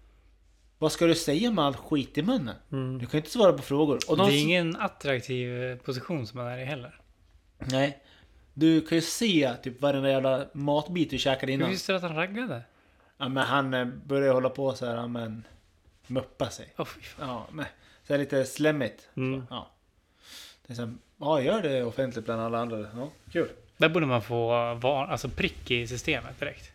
Vad ska du säga med all skit i munnen? Mm. Du kan ju inte svara på frågor. Och de... Det är ingen attraktiv eh, position som man är i heller. Nej. Du kan ju se typ varenda jävla matbit du käkade Hur innan. visste du att han raggade? Ja, men han eh, börjar hålla på så här, ja, men muppa sig. Oh, fy fan. Ja, men så här lite slemmigt. Mm. Ja. Det är så här, ja, gör det offentligt bland alla andra. Ja, kul. Där borde man få var, alltså prick i systemet direkt.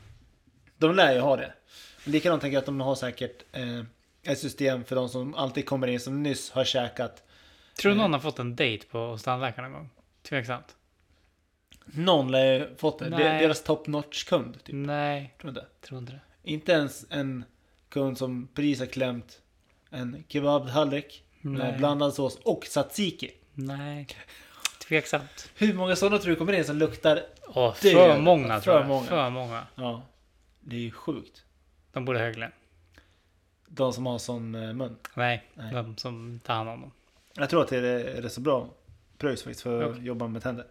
De lär ju ha det. Likadant tänker jag att de har säkert eh, ett system för de som alltid kommer in som nyss har käkat Tror du någon har fått en dejt på hos tandläkaren någon gång? Tveksamt. Någon har fått det. Nej. Deras top notch kund. Typ. Nej, Tror du inte? tror inte det. Inte ens en kund som precis har klämt en kebabtallrik med Nej. blandad sås och tzatziki. Nej, tveksamt. Hur många sådana tror du kommer in som luktar? Åh, Det för är- många för tror jag. många. För många. Ja, det är ju sjukt. De borde högre. De som har sån eh, mun. Nej, Nej. de som tar hand om dem. Jag tror att det är, är det så bra pröjs faktiskt för att Okej. jobba med tänder.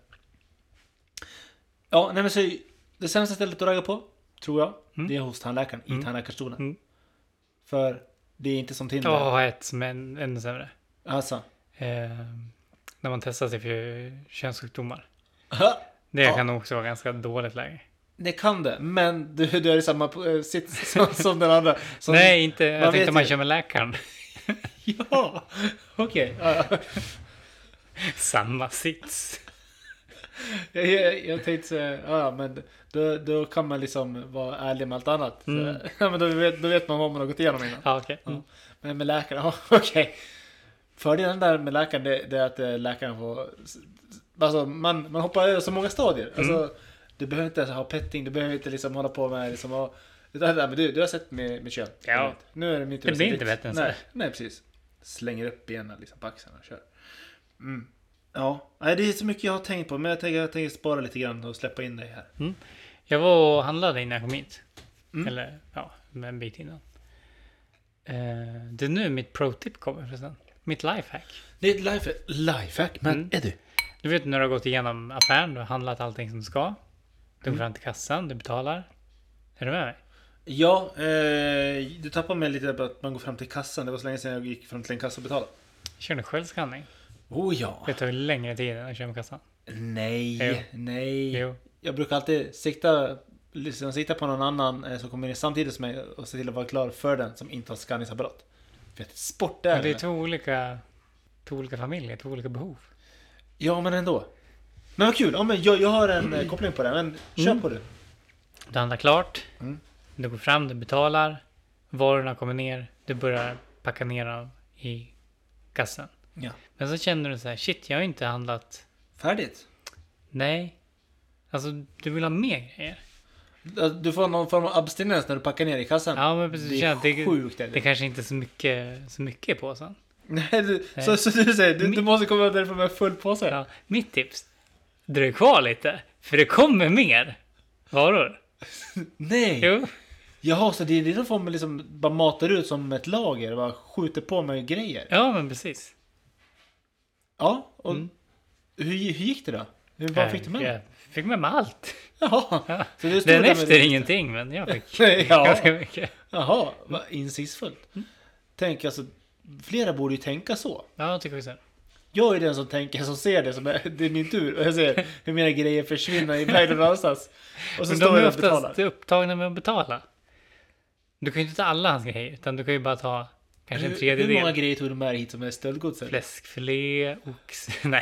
Ja, nej men så det sämsta stället att ragga på, tror jag, Mm. det är hos tandläkaren, Mm. i tandläkarstolen. Mm. För det är inte som Tinder. Jag har ett som är än- ännu sämre. Alltså. Eh, när man testar sig för könssjukdomar. Aha. Det Ja. kan nog också vara ganska dåligt läge. Det kan det, men du, du är i samma eh, sits som, som den andra. Som, Nej, inte. Jag man tänkte vet om man ju. kör med läkaren. Ja, okej. Ja, ja. Samma sits. jag, jag, jag tänkte säga, ja, ja, men då, då kan man liksom vara ärlig med allt annat. Mm. Så, ja, men då vet, då vet man vad man har gått igenom innan. Ja, okej. Ja. Mm. Men med läkaren, ja, okej. Fördelen där med läkaren, det, det är att eh, läkaren får... Alltså, man, man hoppar över så många stadier. Mm. Alltså, du behöver inte ha petting, du behöver inte liksom hålla på med liksom... Och, utan, nej, men du, du har sett med, med kön. Ja. Jag vet. Nu är det min tur Det att blir sätta inte dit. bättre än så. Nej, nej, precis. Slänger upp benen liksom på axeln och kör. Mm. Ja, nej, det är så mycket jag har tänkt på. Men jag tänker, jag tänker spara lite grann och släppa in dig här. Jag var och handlade innan jag kom hit. Mm. Eller, ja, en bit innan. Eh, det är nu mitt pro-tip kommer förresten. Mitt lifehack. Det är ett life, lifehack, men Mm. är du? Du vet när du har gått igenom affären, du har handlat allting som du ska. Du går Mm. fram till kassan, du betalar. Är du med mig? Ja, eh, du tappar mig lite på att man går fram till kassan. Det var så länge sedan jag gick fram till en kassa och betalade. Kör du självskanning? Oh ja. Det tar ju längre tid än att köra med kassan. Nej, Jo. nej. Jo. Jag brukar alltid sikta, liksom, sikta på någon annan eh, som kommer in samtidigt som mig och se till att vara klar för den som inte har skanningsapparat. För att sport där. Men det är eller? två olika, två olika familjer, två olika behov. Ja, men ändå. Men vad kul. Ja, men jag, jag har en eh, koppling på det. Men kör Mm. på det. Du handlar klart. Mm. Du går fram, du betalar. Varorna kommer ner. Du börjar packa ner dem i kassan. Ja. Men så känner du så här, shit, jag har inte handlat. Färdigt. Nej. Alltså, du vill ha mer grejer. Du får någon form av abstinens när du packar ner i kassan. Ja, men precis. Det Det, är det, sjukt. Är det det. kanske inte är så mycket, så mycket i påsen. Nej, du, Nej. Så, så du säger, du, Mi- du måste komma därifrån med full påse. Ja, mitt tips. Dröj kvar lite. För det kommer mer varor. Nej. Jo. Jaha, så det är någon form av liksom bara matar ut som ett lager. Bara skjuter på med grejer. Ja, men precis. Ja, och Mm. hur, hur gick det då? Hur, vad Jag- fick du med? Jag fick med mig allt. Jaha. Ja. Så det stod Den där med- efter ingenting, men jag fick Ja. ganska mycket. Jaha, vad insiktsfullt. Mm. Tänk alltså, flera borde ju tänka så. Ja, jag tycker också. Jag är den som tänker, som ser det som är, det är min tur. Och jag ser hur mina grejer försvinner iväg någon annanstans. Och så Men står de är jag och betalar. oftast upptagna med att betala. Du kan ju inte ta alla hans grejer, utan du kan ju bara ta kanske en Hur, hur många tredjedel. grejer tog du med hit som är stöldgodset? Fläskfilé, ox... Nej.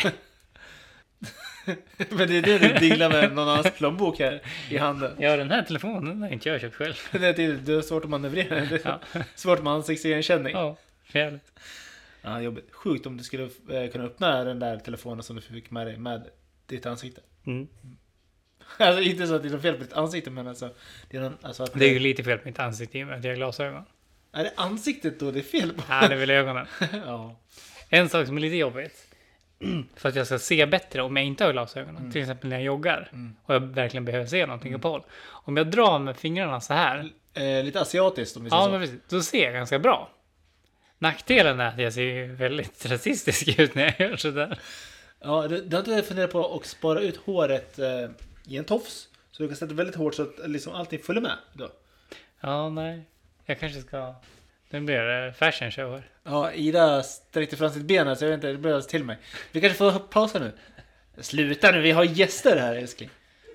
Men det är det du dinglar med någon annans plånbok här i handen. Ja, den här telefonen har inte jag köpt själv. Det är, till- det är svårt att manövrera. Det är Ja, svårt med ansiktsigenkänning. Ja. ja jävligt. Ja, jobbigt. Sjukt om du skulle eh, kunna öppna den där telefonen som du fick med dig med ditt ansikte. Mm. Alltså inte så att det är något fel på ditt ansikte, men alltså... Det är, någon, alltså att Det är ju lite fel på mitt ansikte i och med att jag har glasögon. Är det ansiktet då det är fel på? Ja, det är väl ögonen. Ja. En sak som är lite jobbigt. För att jag ska se bättre om jag inte har glasögonen. Mm. Till exempel när jag joggar. Mm. Och jag verkligen behöver se någonting Mm. på håll. Om jag drar med fingrarna så här. Eh, lite asiatiskt om vi säger Ja, så. men precis. Då ser jag ganska bra. Nackdelen är att jag ser väldigt rasistisk ut när jag gör sådär. Ja, du, du har inte funderat på att spara ut håret eh, i en tofs? Så du kan sätta väldigt hårt så att liksom allting följer med då? Ja, nej. Jag kanske ska... Nu blir det fashion show här. Ja, Ida sträckte fram sitt ben här, så jag vet inte, det blir alldeles till mig. Vi kanske får pausa nu. Sluta nu, vi har gäster här älskling.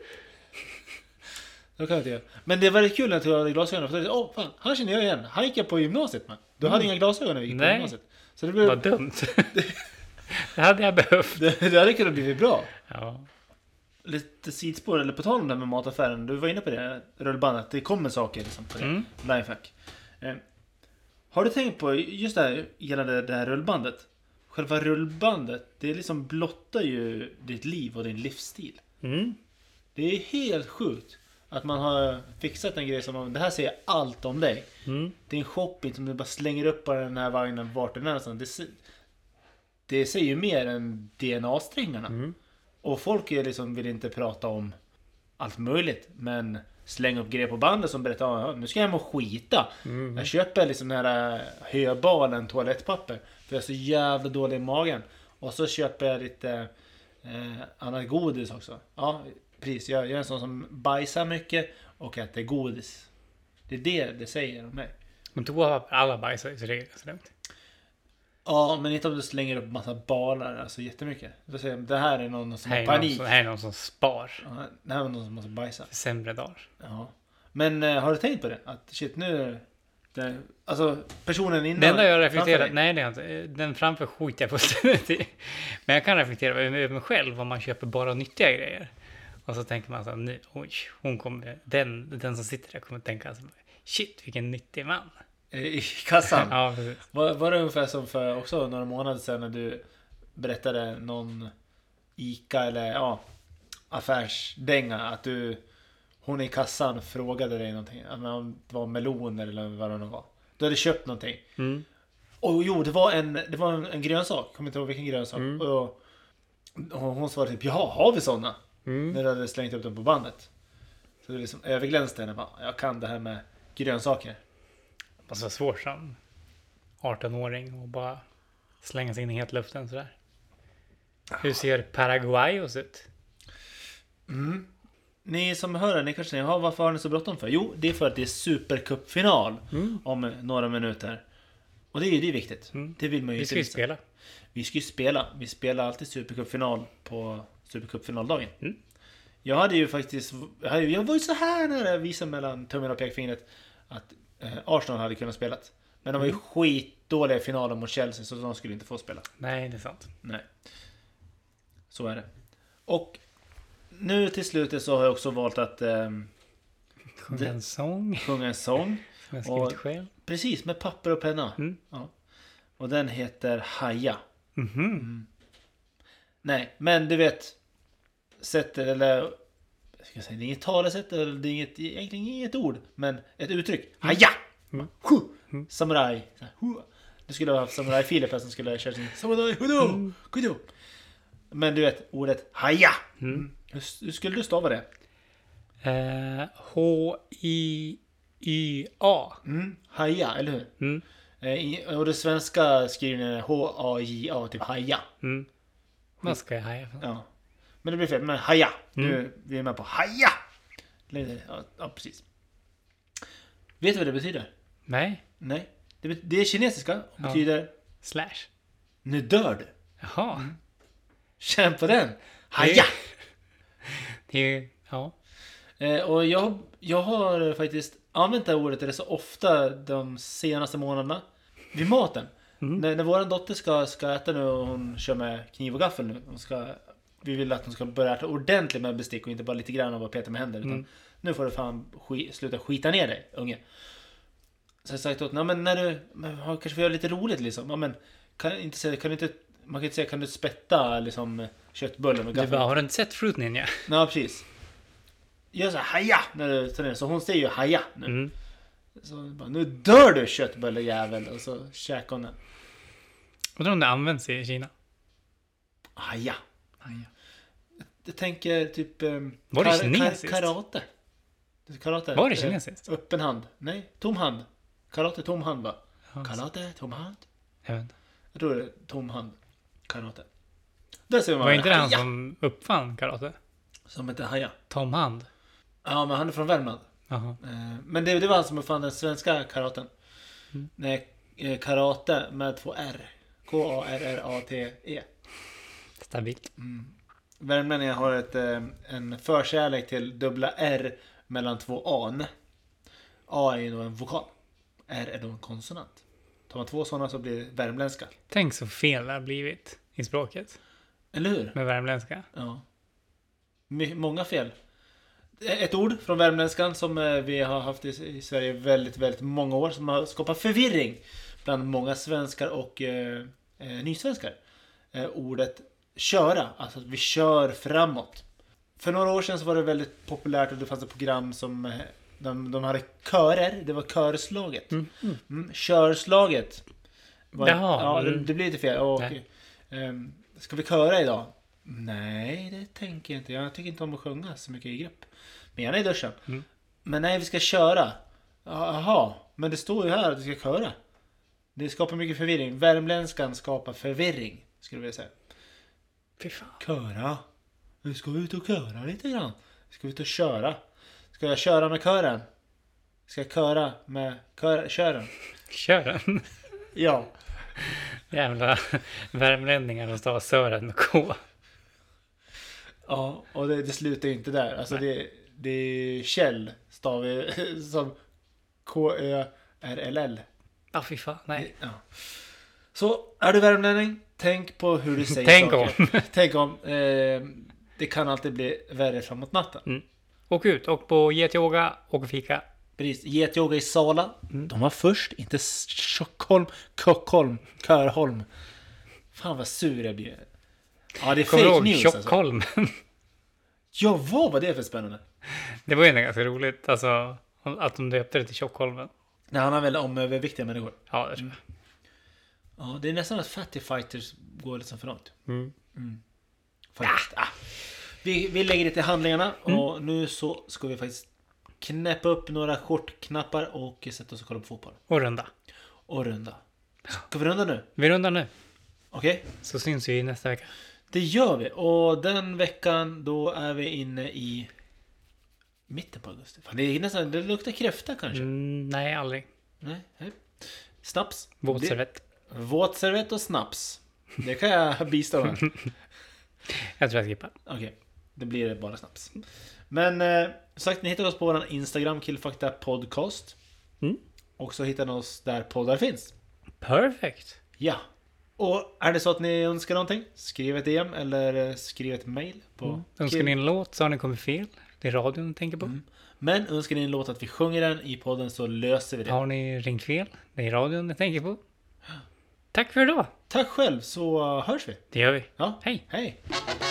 Det kan jag inte göra. Men det var väldigt kul när jag hade glasögon. För åh, fan, han känner jag igen. Han gick jag på gymnasiet med. Du hade Mm. inga glasögon när vi gick på Nej. gymnasiet. Så det, blev, Vad dumt. Det hade jag behövt. det, det hade kunnat bli bra. Ja. Lite sidspår, eller på tal om det här med mataffären. Du var inne på det, rullbandet. Det kommer saker liksom på det. Mm. Lifehack. Eh, har du tänkt på just det här gällande det här rullbandet? själva rullbandet, det är liksom blottar ju ditt liv och din livsstil. Mm. Det är helt sjukt att man har fixat en grej som om det här säger allt om dig. Mm. Det är en shopping som du bara slänger upp på den här vagnen vart den är. Det, det säger ju mer än D N A-strängarna. Mm. Och folk är liksom, vill inte prata om allt möjligt, men släng upp grejer på bandet som berättar ja, nu ska jag hem och skita. Mm. Jag köper liksom den här höbalen toalettpapper för jag är så jävla dålig i magen. Och så köper jag lite eh, annat godis också. Ja, precis. Jag, jag är en sån som bajsar mycket och äter godis. Det är det det säger om mig. Men toapapper, alla bajsar ju så det är så lugnt. Ja, men inte om du slänger upp massa balar, alltså jättemycket. Då säger jag, det här är någon som Här har är, någon panik. som, här är någon som spar Ja, det här är någon som måste bajsa. för sämre dagar. Ja. Men eh, har du tänkt på det? Att shit, nu... Det, alltså, personen innan... Det enda jag framför reflekterar, dig. nej det är inte, den framför skiter jag fullständigt i. Men jag kan reflektera över mig själv om man köper bara nyttiga grejer. Och så tänker man så här, nu, oj, hon kommer, den, den som sitter där kommer tänka så, shit vilken nyttig man. I kassan. Ja, precis. Var, var det ungefär som för också några månader sedan när du berättade någon Ica eller ja, affärsdänga att du, hon i kassan frågade dig någonting. Om det var meloner eller vad det nu var. Du hade köpt någonting. Mm. Och jo, det var en, det var en, en grönsak. Kommer inte ihåg vilken grönsak. Mm. Och, och hon svarade typ, jaha, har vi sådana? Mm. När du hade slängt upp dem på bandet. Så det liksom överglänste henne. Bara, jag kan det här med grönsaker. Det måste vara svårt som arton-åring och bara slänga sig in i helt luften sådär. Hur ser Paraguayos ut? Mm. Ni som hör det, ni kanske säger, ja, varför har ni så bråttom för? Jo, det är för att det är supercupfinal Mm. om några minuter. Och det är ju det är viktigt. Mm. Det vill man ju Vi inte ska ju missa. spela. Vi ska ju spela. Vi spelar alltid supercupfinal på supercupfinaldagen. Mm. Jag hade ju faktiskt, jag hade- jag var ju så här när jag visade mellan tummen och pekfingret att eh, Arsenal hade kunnat spela. Men de var ju Mm. skitdåliga i finalen mot Chelsea så de skulle inte få spela. Nej, det är sant. Nej. Så är det. Och nu till slutet så har jag också valt att ehm, Sjunga Det- en sång sjunga en sång. som jag skrivit Och- själv. Precis, med papper och penna. Mm. Ja. Och den heter Haja. Mhm. Nej, men du vet sättet eller ska jag säga, det är inget talesätt eller det är inget, egentligen inget ord, men ett uttryck. Haja! Mm. Hu! Mm. Samurai. Så här, hu! Det skulle ha haft Samurai Filip som skulle ha kört sin Samurai Hudo! Mm. Kudo! Men du vet ordet Haja. Mm. Hur, hur skulle du stava det? Eh, H I Y A. Mm. Haja, eller hur? Mm. Eh, i- Och det svenska skrivningen är H A J A, typ Haja. Mm. Vad ska jag haja för? Ja. Men det blir fel. Men Haja. Mm. Nu vi är med på Haja. Lite- Ja, ja, precis. Vet du vad det betyder? Nej. Nej. Det, bet- det är kinesiska och Ja. betyder Slash. nu dör du. Jaha. Känn på den. Haja. Det är ju, ja. Eh, och jag, jag har faktiskt använt det här ordet rätt så ofta de senaste månaderna. Vid maten. Mm. När, när vår dotter ska, ska äta nu och hon kör med kniv och gaffel nu. Hon ska, vi vill att hon ska börja äta ordentligt med bestick och inte bara lite grann och bara peta med händer. Utan Mm. nu får du fan sk- sluta skita ner dig, unge. Så jag har sagt åt henne, men när du men, har- kanske får göra lite roligt liksom. Ja, men, kan inte säga, kan du inte, man kan inte säga, kan du spetta liksom köttbullen med Du gaffel? bara, har du inte sett Fruit Ninja? Ja, precis. Gör så här, haja! När du tar ner. Så hon säger ju haja nu. Mm. Så bara, nu dör du köttbullejävel. Och så käkar hon den. Undrar om det används i Kina? Haja. Haja. Jag tänker typ... Um, Var det kinesiskt? karate. Karate. Var det eh, kinesiskt? Öppen hand. Nej, tom hand. Karate, tom hand va? Ja, Karate, tom hand. jag vet inte. Jag tror det är tom hand. Karate. Där ser man. Var inte det han haja. som uppfann karate? Som heter haja. Tom Hand? Ja, men han är från Värmland. Jaha. Eh, Men det, det var han som uppfann den svenska karaten. Mm. Nej, eh, karate med två R. K A R R A T E. Stabilt. Mm. Värmlänningar har ett, eh, en förkärlek till dubbla R mellan två A. A är ju då en vokal. R är då en konsonant. Tar man två sådana så blir det värmländska. Tänk så fel det har blivit i språket. Eller hur? Med värmländska. Ja. My- många fel. Ett ord från värmländskan som eh, vi har haft i, i Sverige väldigt, väldigt många år som har skapat förvirring bland många svenskar och eh, eh, nysvenskar. eh, ordet köra. Alltså att vi kör framåt. För några år sedan så var det väldigt populärt och det fanns ett program som eh, de, de hade körer. Det var körslaget. Mm. Mm. Mm, körslaget. Var, Jaha, ja, det, mm. det blir lite fel. Och, Nej. ehm, ska vi köra idag? Nej, det tänker jag inte. Jag tycker inte om att sjunga så mycket i grupp. Men gärna i duschen. Mm. Men nej, vi ska köra. Jaha, men det står ju här att vi ska köra. Det skapar mycket förvirring. Värmländskan skapar förvirring, skulle jag vilja säga. Fy fan. Köra. Nu ska vi ut och köra lite grann. Ska vi ut och köra. Ska jag köra med kören? Ska jag köra med kör, kören? Kör den. Ja. Jävla värmlänningar som stavar Sören med K. Ja, och det, det slutar ju inte där. Alltså det, det är Kjell stav som K Ö R L L. Ja, fy fan. Nej. Ja. Så, är du värmlänning? Tänk på hur du säger Tänk saker. om. Tänk om. Eh, det kan alltid bli värre framåt natten. Mm. Åk ut. Åk på getyoga. Åk fika. Precis. Getyoga i Sala. Mm. De var först. Inte Stockholm. Kockholm. Körholm. Fan vad sur jag blir. Ja, det är Kommer du fake ihåg news alltså. Tjockholm? Ja, vad var det för spännande? Det var ju ändå ganska roligt. Alltså, att de döpte det till Tjockholmen. Nej, han har väl om överviktiga människor. Ja, det tror jag. Ja, det är nästan att Fatty Fighters går liksom för långt. Mm. Mm. Faktiskt. Ah. Vi, vi lägger det till handlingarna. Mm. Och nu så ska vi faktiskt knäppa upp några kortknappar och sätta oss och kolla på fotboll. Och runda. Och runda. Ska vi runda nu? Vi rundar nu. Okej? Så syns vi nästa vecka. Det gör vi. Och den veckan då är vi inne i mitten på augusti. Fan, det, är nästan, det luktar kräfta kanske. Mm, nej, aldrig. Nej, nej. Snaps. Våtservett. Det- Våtservett och snaps. Det kan jag bistå med. Jag tror jag skippar. Okej, det blir bara snaps. Men eh, sagt, ni hittar oss på vår Instagram, Killfakta Podcast. Mm. Och så hittar ni oss där poddar finns. Perfekt. Ja. Och är det så att ni önskar någonting, skriv ett D M eller eh, skriv ett mail på Mm. Önskar ni en låt så har ni kommit fel. Det är radion ni tänker på. Mm. Men önskar ni en låt att vi sjunger den i podden så löser vi det. Har ni ringt fel? Det är radion ni tänker på. Tack för idag. Tack själv, så hörs vi. Det gör vi. Ja, Hej. hej.